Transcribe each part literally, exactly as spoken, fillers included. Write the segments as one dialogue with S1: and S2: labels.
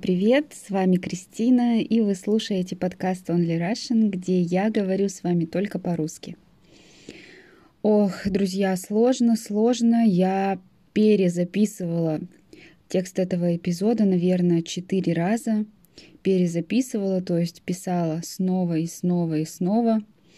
S1: привет! С вами Кристина, и вы слушаете подкаст Only Russian, где я говорю с вами только по-русски. Ох, друзья, сложно, сложно. Я перезаписывала текст этого эпизода, наверное, четыре раза. Перезаписывала, то есть писала снова и снова и снова.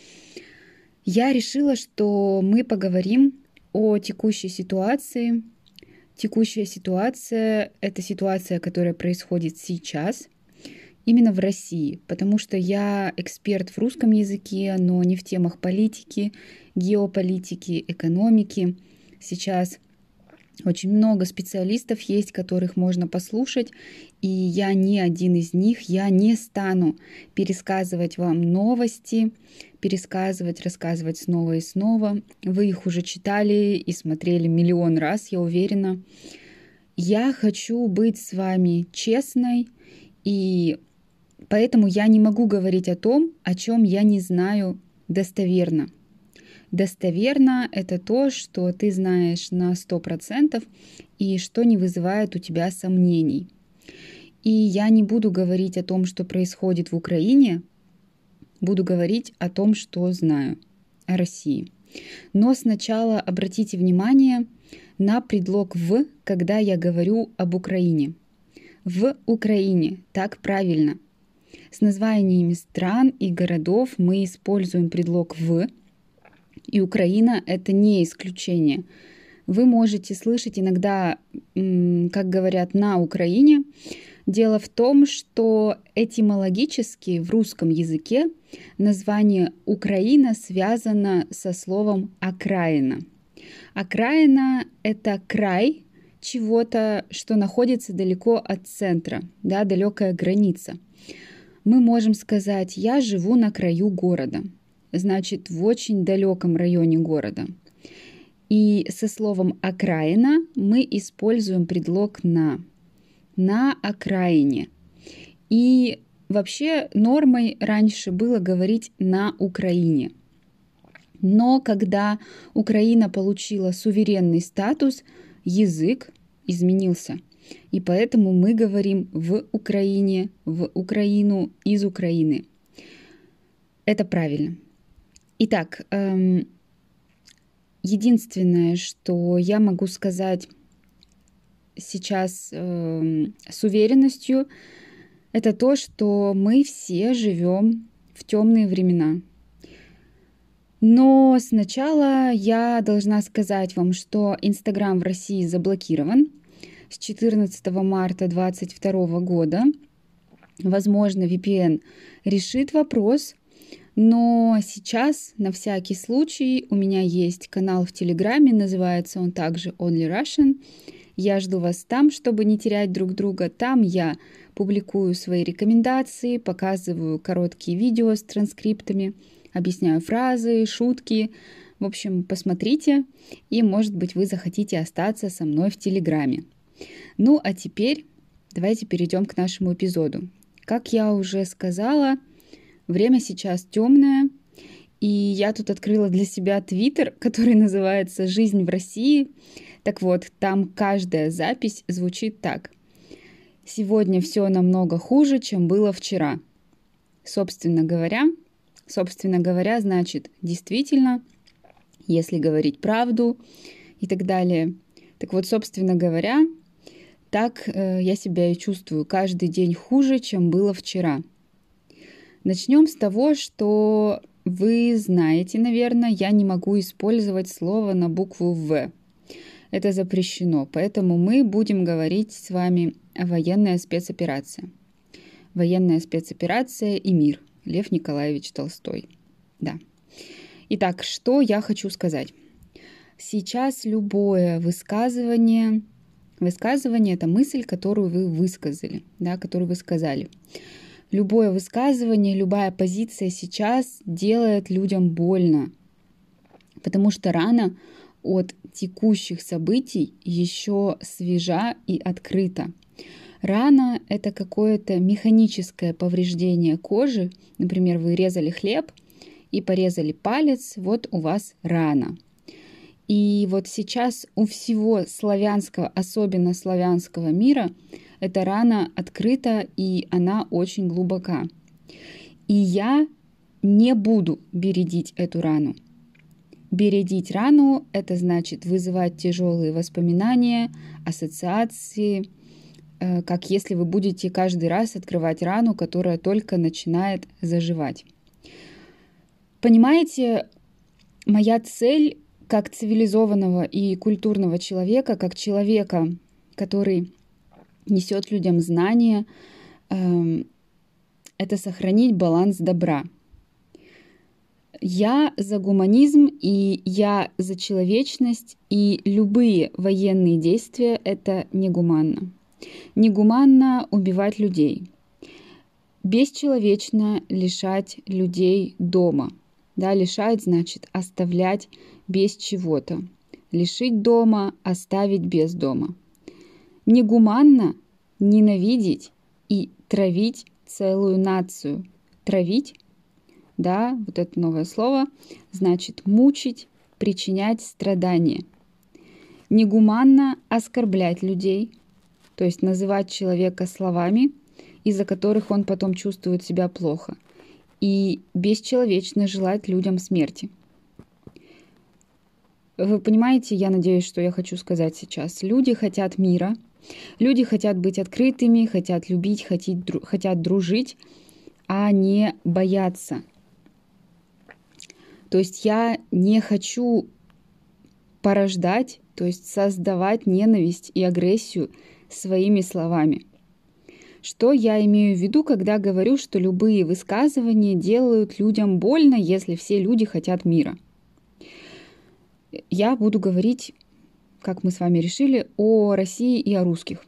S1: Я решила, что мы поговорим о текущей ситуации. Текущая ситуация — это ситуация, которая происходит сейчас, именно в России, потому что я эксперт в русском языке, но не в темах политики, геополитики, экономики. Сейчас очень много специалистов есть, которых можно послушать, и я не один из них. Я не стану пересказывать вам новости, пересказывать, рассказывать снова и снова. Вы их уже читали и смотрели миллион раз, я уверена. Я хочу быть с вами честной, и поэтому я не могу говорить о том, о чем я не знаю достоверно. Достоверно — это то, что ты знаешь на сто процентов и что не вызывает у тебя сомнений. И я не буду говорить о том, что происходит в Украине, буду говорить о том, что знаю о России. Но сначала обратите внимание на предлог «в», когда я говорю об Украине. В Украине, так правильно. С названиями стран и городов мы используем предлог «в», и Украина — это не исключение. Вы можете слышать иногда, как говорят, «на Украине». Дело в том, что этимологически в русском языке название Украина связано со словом окраина. Окраина — это край чего-то, что находится далеко от центра, да, далекая граница. Мы можем сказать: «Я живу на краю города», значит, в очень далеком районе города. И со словом «окраина» мы используем предлог «на». На окраине. И вообще нормой раньше было говорить «на Украине». Но когда Украина получила суверенный статус, язык изменился. И поэтому мы говорим «в Украине», «в Украину», «из Украины». Это правильно. Итак, эм, единственное, что я могу сказать сейчас э, с уверенностью, это то, что мы все живем в темные времена. Но сначала я должна сказать вам, что Инстаграм в России заблокирован с четырнадцатого марта две тысячи двадцать второго года. Возможно, ви пи эн решит вопрос, но сейчас, на всякий случай, у меня есть канал в Телеграме, называется он также Only Russian. Я жду вас там, чтобы не терять друг друга. Там я публикую свои рекомендации, показываю короткие видео с транскриптами, объясняю фразы, шутки. В общем, посмотрите, и, может быть, вы захотите остаться со мной в Телеграме. Ну, а теперь давайте перейдем к нашему эпизоду. Как я уже сказала, время сейчас темное, и я тут открыла для себя Твиттер, который называется «Жизнь в России». Так вот, там каждая запись звучит так: «Сегодня все намного хуже, чем было вчера». Собственно говоря, собственно говоря, значит, действительно, если говорить правду и так далее. Так вот, собственно говоря, так э, я себя и чувствую. Каждый день хуже, чем было вчера. Начнем с того, что вы знаете, наверное, я не могу использовать слово на букву «В». Это запрещено, поэтому мы будем говорить с вами о военной спецоперации. Военная спецоперация и мир. Лев Николаевич Толстой. Да. Итак, что я хочу сказать. Сейчас любое высказывание, высказывание — это мысль, которую вы высказали, да, которую вы сказали. Любое высказывание, любая позиция сейчас делает людям больно, потому что рана от текущих событий еще свежа и открыта. Рана — это какое-то механическое повреждение кожи. Например, вы резали хлеб и порезали палец, вот у вас рана. И вот сейчас у всего славянского, особенно славянского мира, Эта рана открыта, и она очень глубока. И я не буду бередить эту рану. Бередить рану — это значит вызывать тяжелые воспоминания, ассоциации, как если вы будете каждый раз открывать рану, которая только начинает заживать. Понимаете, моя цель как цивилизованного и культурного человека, как человека, который несет людям знания, это сохранить баланс добра. Я за гуманизм, и я за человечность, и любые военные действия — это негуманно. Негуманно убивать людей. Бесчеловечно лишать людей дома. Да, лишать значит оставлять без чего-то. Лишить дома, оставить без дома. Негуманно ненавидеть и травить целую нацию. Травить, да, вот это новое слово, значит мучить, причинять страдания. Негуманно оскорблять людей, то есть называть человека словами, из-за которых он потом чувствует себя плохо, и бесчеловечно желать людям смерти. Вы понимаете, я надеюсь, что я хочу сказать сейчас. Люди хотят мира, люди хотят быть открытыми, хотят любить, хотят, хотят дружить, а не бояться. То есть я не хочу порождать, то есть создавать ненависть и агрессию своими словами. Что я имею в виду, когда говорю, что любые высказывания делают людям больно, если все люди хотят мира? Я буду говорить, как мы с вами решили, о России и о русских.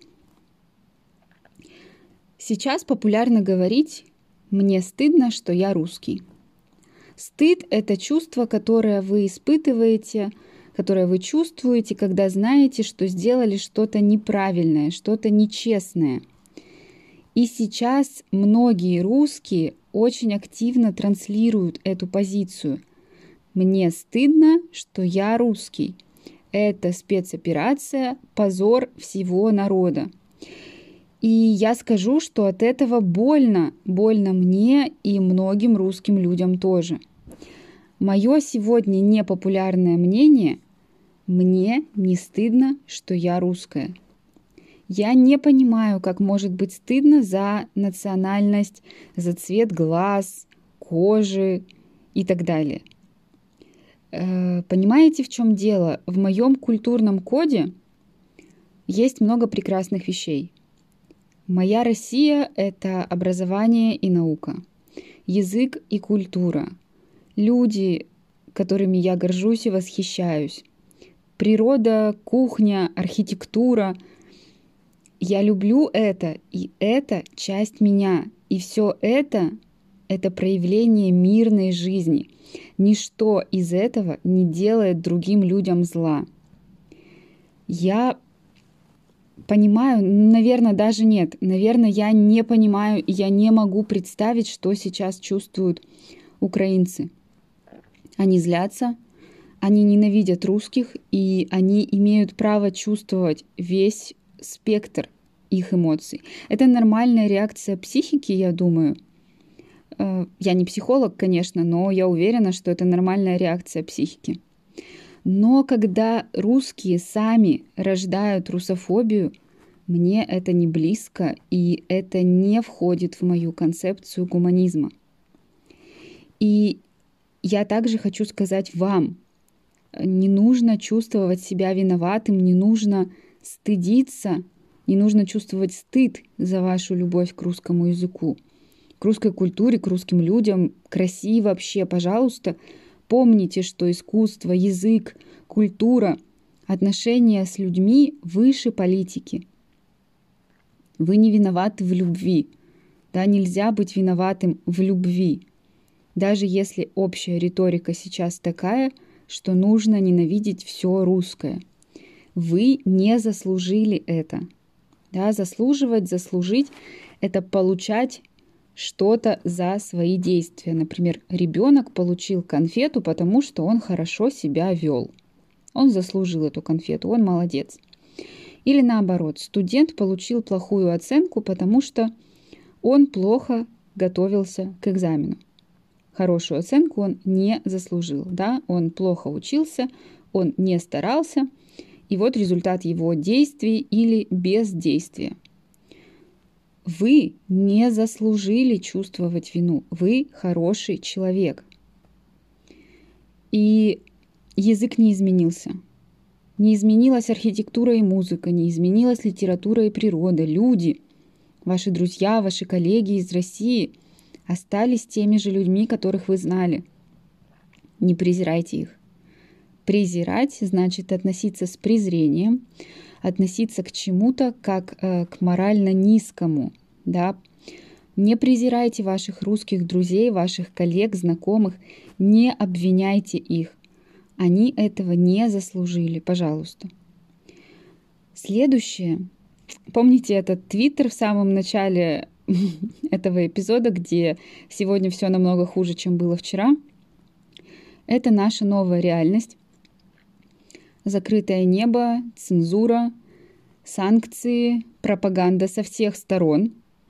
S1: Сейчас популярно говорить «мне стыдно, что я русский». Стыд — это чувство, которое вы испытываете, которое вы чувствуете, когда знаете, что сделали что-то неправильное, что-то нечестное. И сейчас многие русские очень активно транслируют эту позицию. «Мне стыдно, что я русский». Это спецоперация, позор всего народа. И я скажу, что от этого больно, больно мне и многим русским людям тоже. Мое сегодня непопулярное мнение: мне не стыдно, что я русская. Я не понимаю, как может быть стыдно за национальность, за цвет глаз, кожи и так далее. Понимаете, в чем дело? В моем культурном коде есть много прекрасных вещей. Моя Россия — это образование и наука, язык и культура, люди, которыми я горжусь и восхищаюсь, природа, кухня, архитектура. Я люблю это, и это часть меня. И все это — это проявление мирной жизни. Ничто из этого не делает другим людям зла. Я понимаю, наверное, даже нет. Наверное, я не понимаю, и я не могу представить, что сейчас чувствуют украинцы. Они злятся, они ненавидят русских, и они имеют право чувствовать весь спектр их эмоций. Это нормальная реакция психики, я думаю. Я не психолог, конечно, но я уверена, что это нормальная реакция психики. Но когда русские сами рождают русофобию, мне это не близко, и это не входит в мою концепцию гуманизма. И я также хочу сказать вам, не нужно чувствовать себя виноватым, не нужно стыдиться, не нужно чувствовать стыд за вашу любовь к русскому языку, к русской культуре, к русским людям, к России вообще. Пожалуйста, помните, что искусство, язык, культура, отношения с людьми выше политики. Вы не виноваты в любви. Да, нельзя быть виноватым в любви. Даже если общая риторика сейчас такая, что нужно ненавидеть все русское. Вы не заслужили это. Да, заслуживать, заслужить — это получать что-то за свои действия. Например, ребенок получил конфету, потому что он хорошо себя вел. Он заслужил эту конфету, он молодец. Или наоборот, студент получил плохую оценку, потому что он плохо готовился к экзамену. Хорошую оценку он не заслужил, да, он плохо учился, он не старался, и вот результат его действий или бездействия. Вы не заслужили чувствовать вину, вы хороший человек. И язык не изменился. Не изменилась архитектура и музыка, не изменилась литература и природа. Люди, ваши друзья, ваши коллеги из России остались теми же людьми, которых вы знали. Не презирайте их. Презирать значит относиться с презрением, относиться к чему-то как э, к морально низкому. Да? Не презирайте ваших русских друзей, ваших коллег, знакомых, не обвиняйте их. Они этого не заслужили, пожалуйста. Следующее. Помните этот твиттер в самом начале этого эпизода, где сегодня все намного хуже, чем было вчера? Это наша новая реальность. Закрытое небо, цензура, санкции, пропаганда со всех сторон,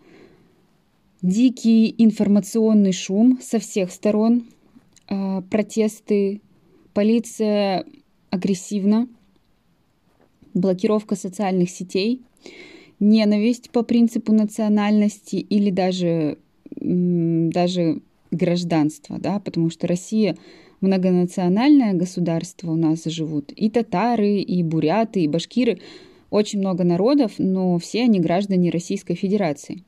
S1: дикий информационный шум со всех сторон, протесты, полиция агрессивна, блокировка социальных сетей, ненависть по принципу национальности или даже, даже гражданства, да, потому что Россия многонациональное государство, у нас живут и татары, и буряты, и башкиры, очень много народов, но все они граждане Российской Федерации.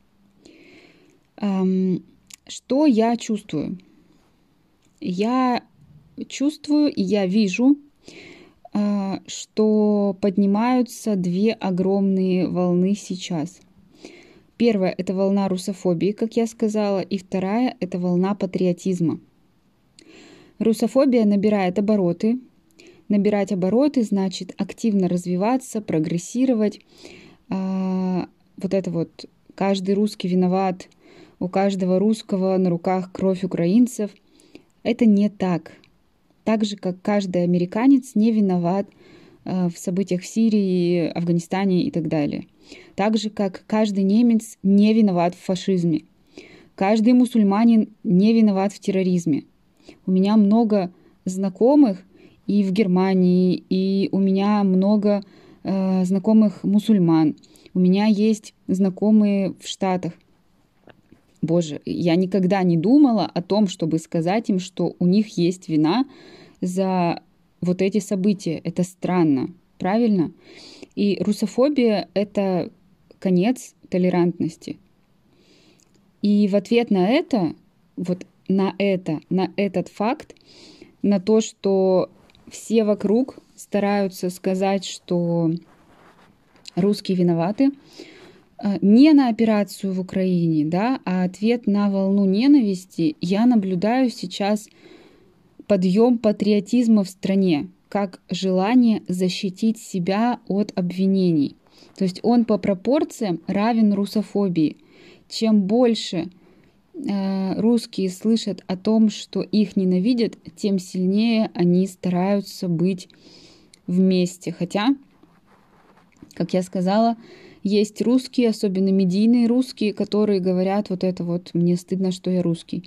S1: Что я чувствую? Я чувствую и я вижу, что поднимаются две огромные волны сейчас. Первая — это волна русофобии, как я сказала, и вторая — это волна патриотизма. Русофобия набирает обороты. Набирать обороты значит активно развиваться, прогрессировать. Вот это вот «каждый русский виноват», «у каждого русского на руках кровь украинцев» — это не так. Так же, как каждый американец не виноват в событиях в Сирии, Афганистане и так далее. Так же, как каждый немец не виноват в фашизме. Каждый мусульманин не виноват в терроризме. У меня много знакомых и в Германии, и у меня много э, знакомых мусульман. У меня есть знакомые в Штатах. Боже, я никогда не думала о том, чтобы сказать им, что у них есть вина за вот эти события. Это странно, правильно? И русофобия — это конец толерантности. И в ответ на это, вот на это, на этот факт, на то, что все вокруг стараются сказать, что русские виноваты, не на операцию в Украине, да, а ответ на волну ненависти, я наблюдаю сейчас подъем патриотизма в стране, как желание защитить себя от обвинений. То есть он по пропорциям равен русофобии. Чем больше э, русские слышат о том, что их ненавидят, тем сильнее они стараются быть вместе. Хотя, как я сказала, есть русские, особенно медийные русские, которые говорят вот это вот «мне стыдно, что я русский».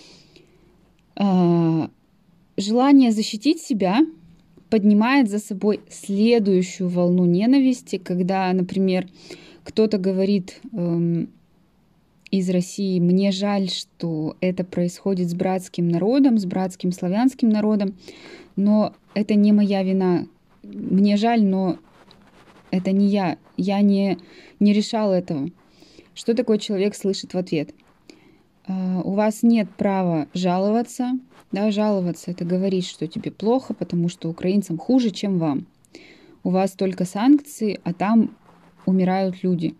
S1: Э, желание защитить себя поднимает за собой следующую волну ненависти, когда, например, кто-то говорит эм, из России: «Мне жаль, что это происходит с братским народом, с братским славянским народом, но это не моя вина. Мне жаль, но это не я. Я не, не решал этого». Что такой человек слышит в ответ? Э, у вас нет права жаловаться. Да, жаловаться — это говорить, что тебе плохо, потому что украинцам хуже, чем вам. У вас только санкции, а там умирают люди.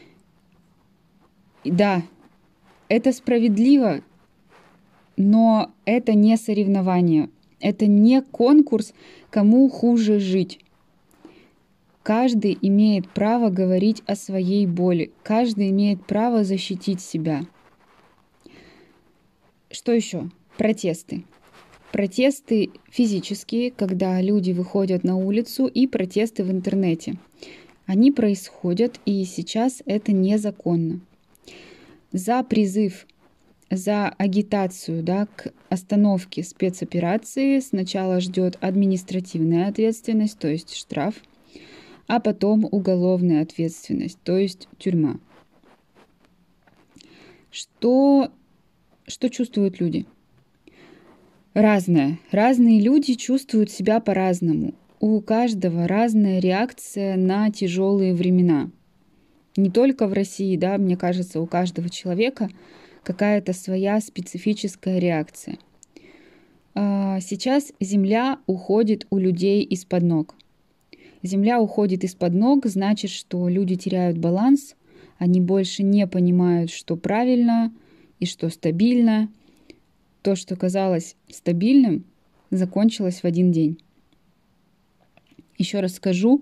S1: И да, это справедливо, но это не соревнование. Это не конкурс, кому хуже жить. Каждый имеет право говорить о своей боли. Каждый имеет право защитить себя. Что еще? Протесты. Протесты физические, когда люди выходят на улицу, и протесты в интернете. Они происходят, и сейчас это незаконно. За призыв, за агитацию, да, к остановке спецоперации сначала ждет административная ответственность, то есть штраф, а потом уголовная ответственность, то есть тюрьма. Что, что чувствуют люди? Разное. Разные люди чувствуют себя по-разному. У каждого разная реакция на тяжелые времена. Не только в России, да, мне кажется, у каждого человека какая-то своя специфическая реакция. Сейчас земля уходит у людей из-под ног. Земля уходит из-под ног, значит, что люди теряют баланс, они больше не понимают, что правильно и что стабильно. То, что казалось стабильным, закончилось в один день. Еще раз скажу,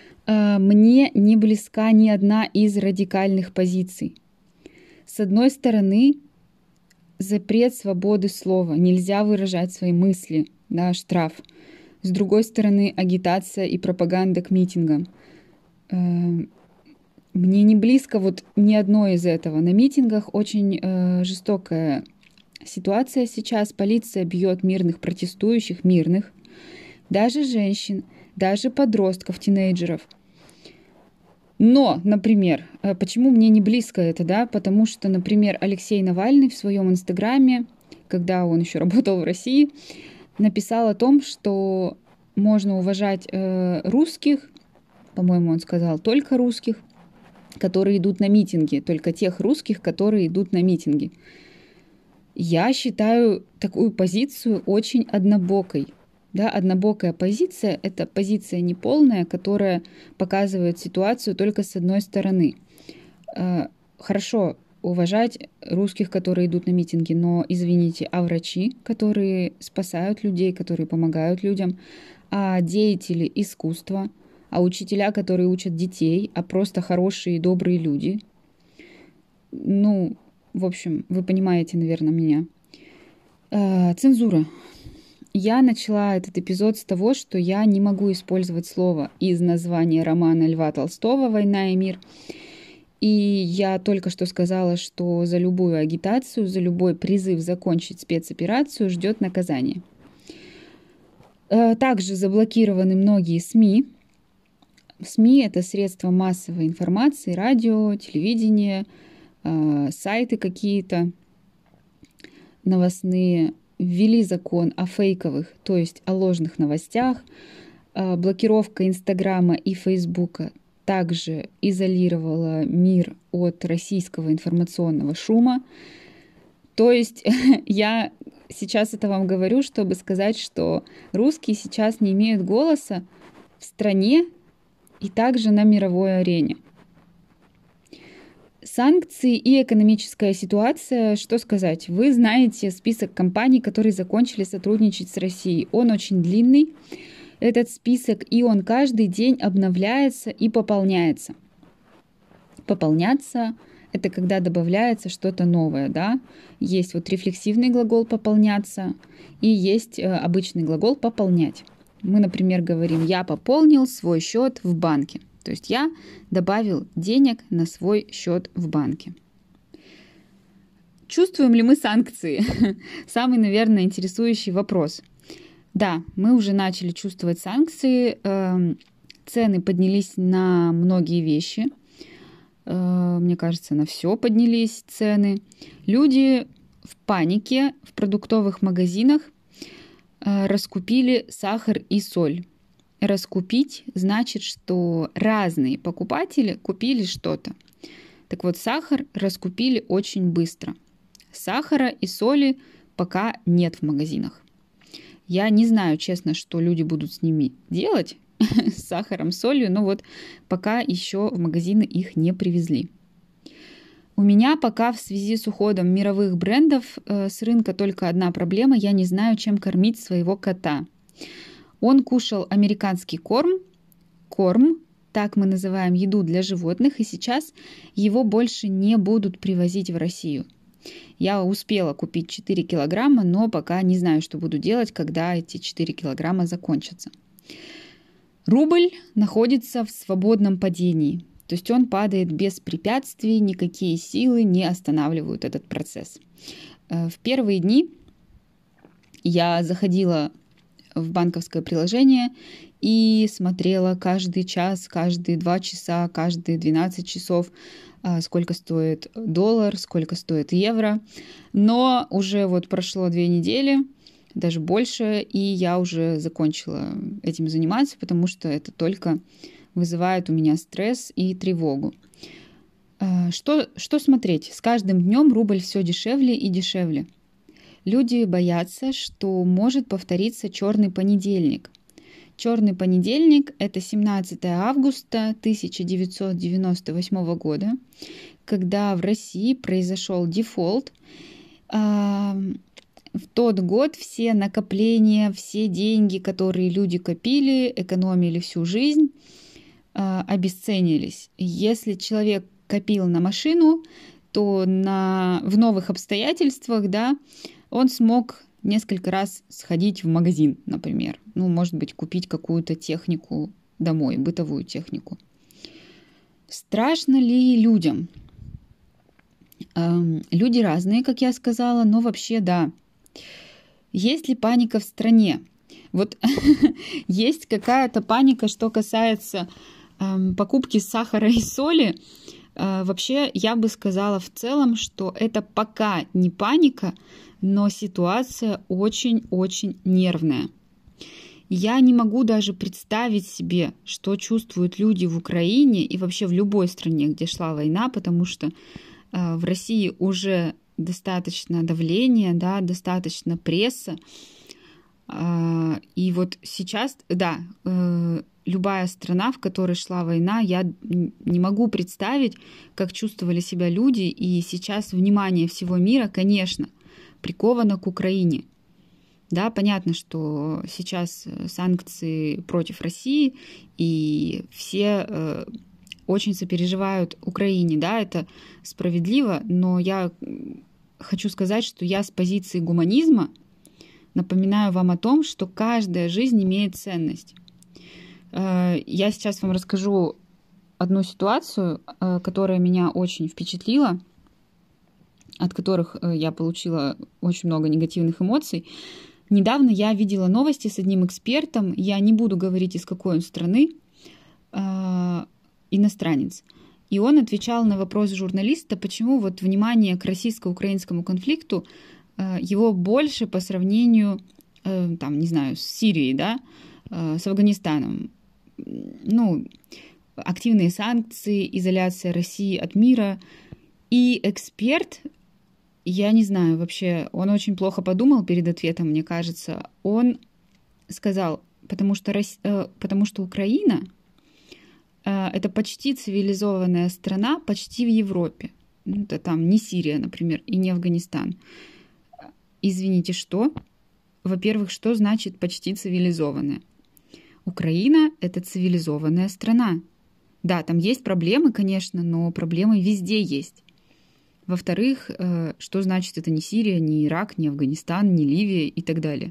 S1: мне не близка ни одна из радикальных позиций. С одной стороны, запрет свободы слова, нельзя выражать свои мысли, да, штраф. С другой стороны, агитация и пропаганда к митингам. Мне не близко вот ни одно из этого. На митингах очень жестокая ситуация сейчас. Полиция бьет мирных протестующих, мирных, даже женщин, даже подростков, тинейджеров. Но, например, почему мне не близко это, да? Потому что, например, Алексей Навальный в своем инстаграме, когда он еще работал в России, написал о том, что можно уважать э, русских, по-моему, он сказал, только русских, которые идут на митинги, только тех русских, которые идут на митинги. Я считаю такую позицию очень однобокой. Да, однобокая позиция — это позиция неполная, которая показывает ситуацию только с одной стороны. Хорошо уважать русских, которые идут на митинги, но, извините, а врачи, которые спасают людей, которые помогают людям, а деятели искусства, а учителя, которые учат детей, а просто хорошие и добрые люди. Ну, в общем, вы понимаете, наверное, меня. Цензура. Я начала этот эпизод с того, что я не могу использовать слово из названия романа Льва Толстого «Война и мир». И я только что сказала, что за любую агитацию, за любой призыв закончить спецоперацию ждет наказание. Также заблокированы многие СМИ. СМИ — это средства массовой информации, радио, телевидение, сайты какие-то новостные. Ввели закон о фейковых, то есть о ложных новостях. Блокировка Инстаграма и Фейсбука также изолировала мир от российского информационного шума. То есть я сейчас это вам говорю, чтобы сказать, что русские сейчас не имеют голоса в стране и также на мировой арене. Санкции и экономическая ситуация, что сказать? Вы знаете список компаний, которые закончили сотрудничать с Россией. Он очень длинный, этот список, и он каждый день обновляется и пополняется. Пополняться — это когда добавляется что-то новое, да? Есть вот рефлексивный глагол «пополняться» и есть обычный глагол «пополнять». Мы, например, говорим «я пополнил свой счет в банке». То есть я добавил денег на свой счет в банке. Чувствуем ли мы санкции? Самый, наверное, интересующий вопрос. Да, мы уже начали чувствовать санкции. Цены поднялись на многие вещи. Мне кажется, на все поднялись цены. Люди в панике в продуктовых магазинах раскупили сахар и соль. Раскупить значит, что разные покупатели купили что-то. Так вот, сахар раскупили очень быстро. Сахара и соли пока нет в магазинах. Я не знаю, честно, что люди будут с ними делать, с сахаром, солью, но вот пока еще в магазины их не привезли. У меня пока в связи с уходом мировых брендов э, с рынка только одна проблема. Я не знаю, чем кормить своего кота. Он кушал американский корм, корм, так мы называем еду для животных, и сейчас его больше не будут привозить в Россию. Я успела купить четыре килограмма, но пока не знаю, что буду делать, когда эти четыре килограмма закончатся. Рубль находится в свободном падении, то есть он падает без препятствий, никакие силы не останавливают этот процесс. В первые дни я заходила в банковское приложение и смотрела каждый час, каждые два часа, каждые двенадцать часов, сколько стоит доллар, сколько стоит евро. Но уже вот прошло две недели, даже больше, и я уже закончила этим заниматься, потому что это только вызывает у меня стресс и тревогу. Что, что смотреть? С каждым днем рубль все дешевле и дешевле. Люди боятся, что может повториться черный понедельник. Черный понедельник – это семнадцатое августа тысяча девятьсот девяносто восьмого года, когда в России произошел дефолт. В тот год все накопления, все деньги, которые люди копили, экономили всю жизнь, обесценились. Если человек копил на машину, то на, в новых обстоятельствах, да, он смог несколько раз сходить в магазин, например. Ну, может быть, купить какую-то технику домой, бытовую технику. Страшно ли людям? Эм, люди разные, как я сказала, но вообще да. Есть ли паника в стране? Вот есть какая-то паника, что касается эм, покупки сахара и соли. Э, вообще, я бы сказала в целом, что это пока не паника, но ситуация очень-очень нервная. Я не могу даже представить себе, что чувствуют люди в Украине и вообще в любой стране, где шла война, потому что э, в России уже достаточно давления, да, достаточно пресса. Э, и вот сейчас, да, э, любая страна, в которой шла война, я не могу представить, как чувствовали себя люди. И сейчас внимание всего мира, конечно, приковано к Украине. Да, понятно, что сейчас санкции против России, и все э, очень сопереживают Украине, да, это справедливо, но я хочу сказать, что я с позиции гуманизма напоминаю вам о том, что каждая жизнь имеет ценность. Э, я сейчас вам расскажу одну ситуацию, э, которая меня очень впечатлила, от которых я получила очень много негативных эмоций. Недавно я видела новости с одним экспертом, я не буду говорить, из какой он страны, э, иностранец. И он отвечал на вопрос журналиста, почему вот внимание к российско-украинскому конфликту, э, его больше по сравнению, э, там, не знаю, с Сирией, да, э, с Афганистаном. Ну, активные санкции, изоляция России от мира. И эксперт... Я не знаю, вообще, он очень плохо подумал перед ответом, мне кажется. Он сказал, потому что, потому что Украина — это почти цивилизованная страна, почти в Европе. Это там не Сирия, например, и не Афганистан. Извините, что? Во-первых, что значит почти цивилизованная? Украина — это цивилизованная страна. Да, там есть проблемы, конечно, но проблемы везде есть. Во-вторых, что значит это не Сирия, не Ирак, не Афганистан, не Ливия и так далее.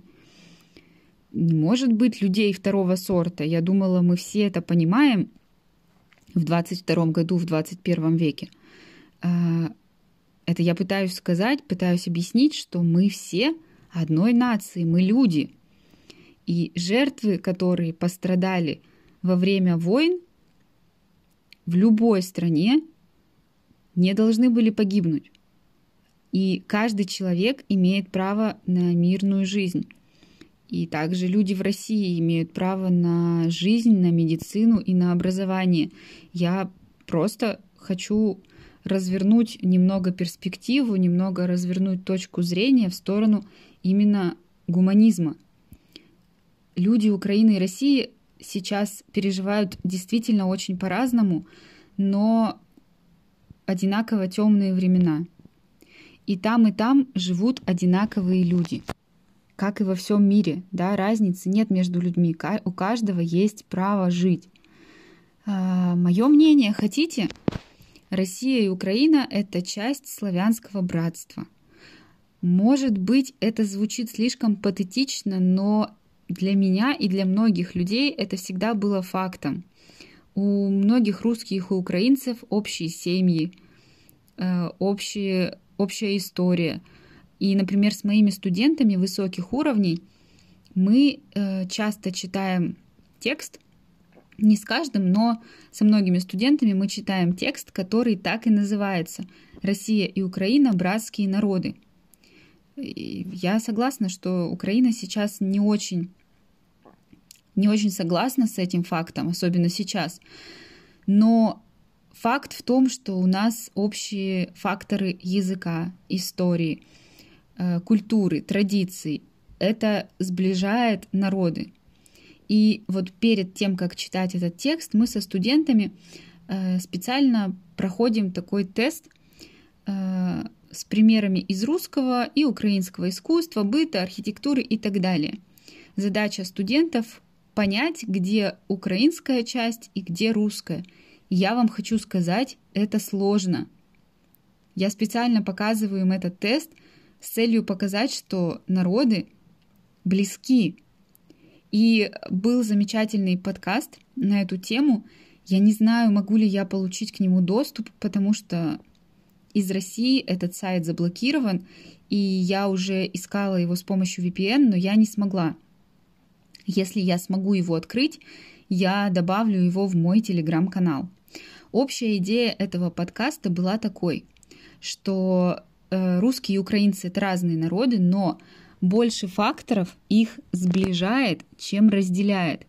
S1: Не может быть людей второго сорта. Я думала, мы все это понимаем в двадцать втором году, в двадцать первом веке. Это я пытаюсь сказать, пытаюсь объяснить, что мы все одной нации, мы люди. И жертвы, которые пострадали во время войн в любой стране, не должны были погибнуть. И каждый человек имеет право на мирную жизнь. И также люди в России имеют право на жизнь, на медицину и на образование. Я просто хочу развернуть немного перспективу, немного развернуть точку зрения в сторону именно гуманизма. Люди Украины и России сейчас переживают действительно очень по-разному, но одинаково темные времена. И там, и там живут одинаковые люди. Как и во всем мире. Да, разницы нет между людьми. У каждого есть право жить. А, мое мнение, хотите? Россия и Украина — это часть славянского братства. Может быть, это звучит слишком патетично, но для меня и для многих людей это всегда было фактом. У многих русских и украинцев общие семьи, общие, общая история. И, например, с моими студентами высоких уровней мы часто читаем текст, не с каждым, но со многими студентами мы читаем текст, который так и называется «Россия и Украина – братские народы». И я согласна, что Украина сейчас не очень, не очень согласна с этим фактом, особенно сейчас. Но факт в том, что у нас общие факторы языка, истории, культуры, традиций. Это сближает народы. И вот перед тем, как читать этот текст, мы со студентами специально проходим такой тест с примерами из русского и украинского искусства, быта, архитектуры и так далее. Задача студентов — понять, где украинская часть и где русская. Я вам хочу сказать, это сложно. Я специально показываю им этот тест с целью показать, что народы близки. И был замечательный подкаст на эту тему. Я не знаю, могу ли я получить к нему доступ, потому что из России этот сайт заблокирован, и я уже искала его с помощью ви пи эн, но я не смогла. Если я смогу его открыть, я добавлю его в мой телеграм-канал. Общая идея этого подкаста была такой, что э, русские и украинцы — это разные народы, но больше факторов их сближает, чем разделяет.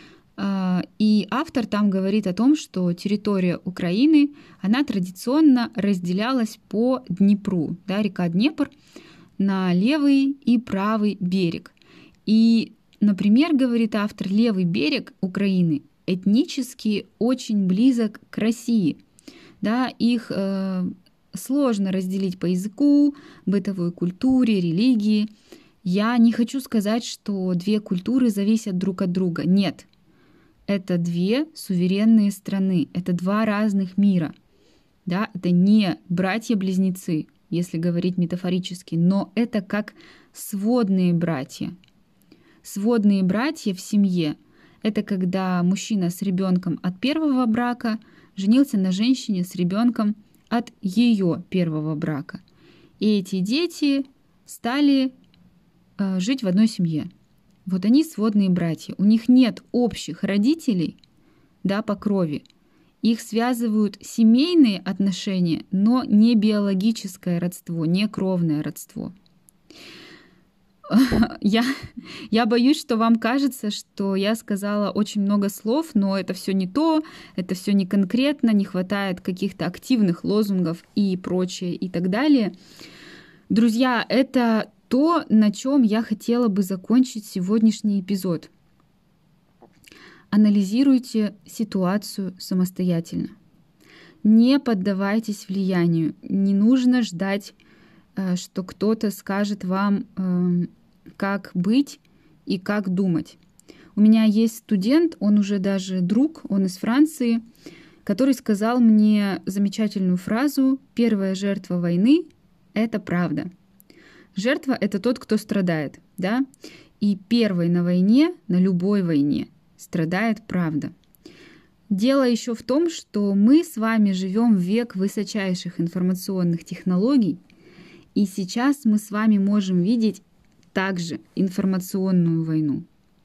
S1: И автор там говорит о том, что территория Украины, она традиционно разделялась по Днепру, да, река Днепр, на левый и правый берег. И, например, говорит автор, левый берег Украины этнически очень близок к России. Да, их э, сложно разделить по языку, бытовой культуре, религии. Я не хочу сказать, что две культуры зависят друг от друга. Нет. Это две суверенные страны, это два разных мира. Да? Это не братья-близнецы, если говорить метафорически, но это как сводные братья. Сводные братья в семье — это когда мужчина с ребенком от первого брака женился на женщине с ребенком от ее первого брака. И эти дети стали э, жить в одной семье. Вот они сводные братья. У них нет общих родителей, да, по крови. Их связывают семейные отношения, но не биологическое родство, не кровное родство. Я, я боюсь, что вам кажется, что я сказала очень много слов, но это все не то, это все не конкретно, не хватает каких-то активных лозунгов и прочее и так далее. Друзья, это то, на чем я хотела бы закончить сегодняшний эпизод. Анализируйте ситуацию самостоятельно. Не поддавайтесь влиянию. Не нужно ждать, что кто-то скажет вам, как быть и как думать. У меня есть студент, он уже даже друг, он из Франции, который сказал мне замечательную фразу: «Первая жертва войны — это правда». Жертва — это тот, кто страдает, да? И первой на войне, на любой войне, страдает правда. Дело еще в том, что мы с вами живем в век высочайших информационных технологий, и сейчас мы с вами можем видеть также информационную войну.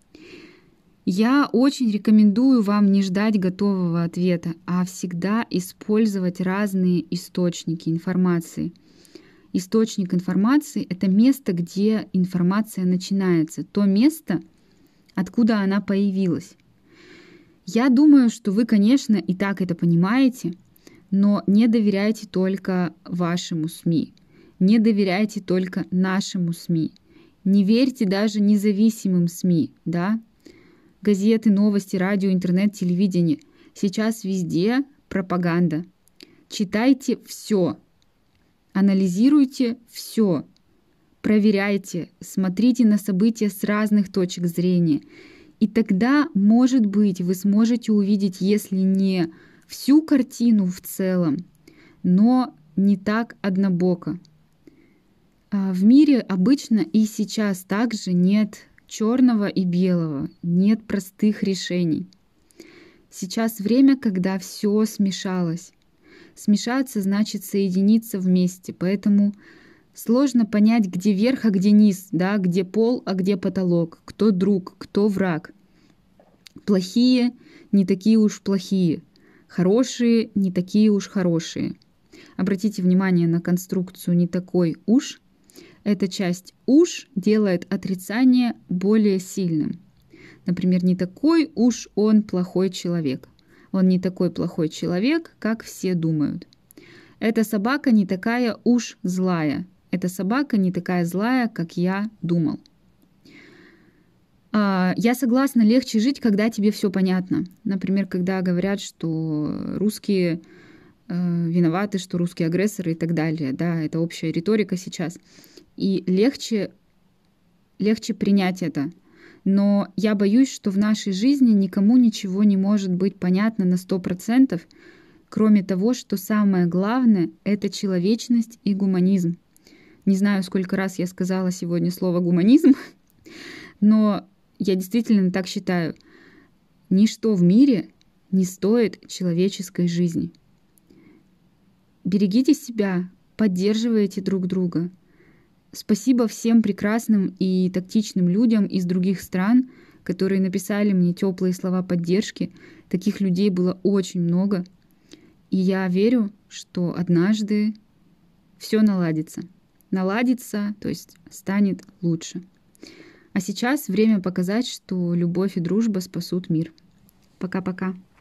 S1: Я очень рекомендую вам не ждать готового ответа, а всегда использовать разные источники информации. Источник информации — это место, где информация начинается, то место, откуда она появилась. Я думаю, что вы, конечно, и так это понимаете, но не доверяйте только вашему СМИ, не доверяйте только нашему СМИ, не верьте даже независимым СМИ, да? Газеты, новости, радио, интернет, телевидение. Сейчас везде пропаганда. Читайте все. Анализируйте все, проверяйте, смотрите на события с разных точек зрения. И тогда, может быть, вы сможете увидеть, если не всю картину в целом, но не так однобоко. В мире обычно и сейчас также нет черного и белого, нет простых решений. Сейчас время, когда все смешалось. Смешаться значит соединиться вместе, поэтому сложно понять, где верх, а где низ, да, где пол, а где потолок, кто друг, кто враг. Плохие не такие уж плохие, хорошие не такие уж хорошие. Обратите внимание на конструкцию «не такой уж». Эта часть «уж» делает отрицание более сильным. Например, не такой уж он плохой человек. Он не такой плохой человек, как все думают. Эта собака не такая уж злая. Эта собака не такая злая, как я думал. Я согласна, легче жить, когда тебе все понятно. Например, когда говорят, что русские э, виноваты, что русские агрессоры и так далее. Да, это общая риторика сейчас. И легче, легче принять это. Но я боюсь, что в нашей жизни никому ничего не может быть понятно на сто процентов, кроме того, что самое главное — это человечность и гуманизм. Не знаю, сколько раз я сказала сегодня слово «гуманизм», но я действительно так считаю. Ничто в мире не стоит человеческой жизни. Берегите себя, поддерживайте друг друга. Спасибо всем прекрасным и тактичным людям из других стран, которые написали мне теплые слова поддержки. Таких людей было очень много. И я верю, что однажды все наладится. Наладится, то есть станет лучше. А сейчас время показать, что любовь и дружба спасут мир. Пока-пока.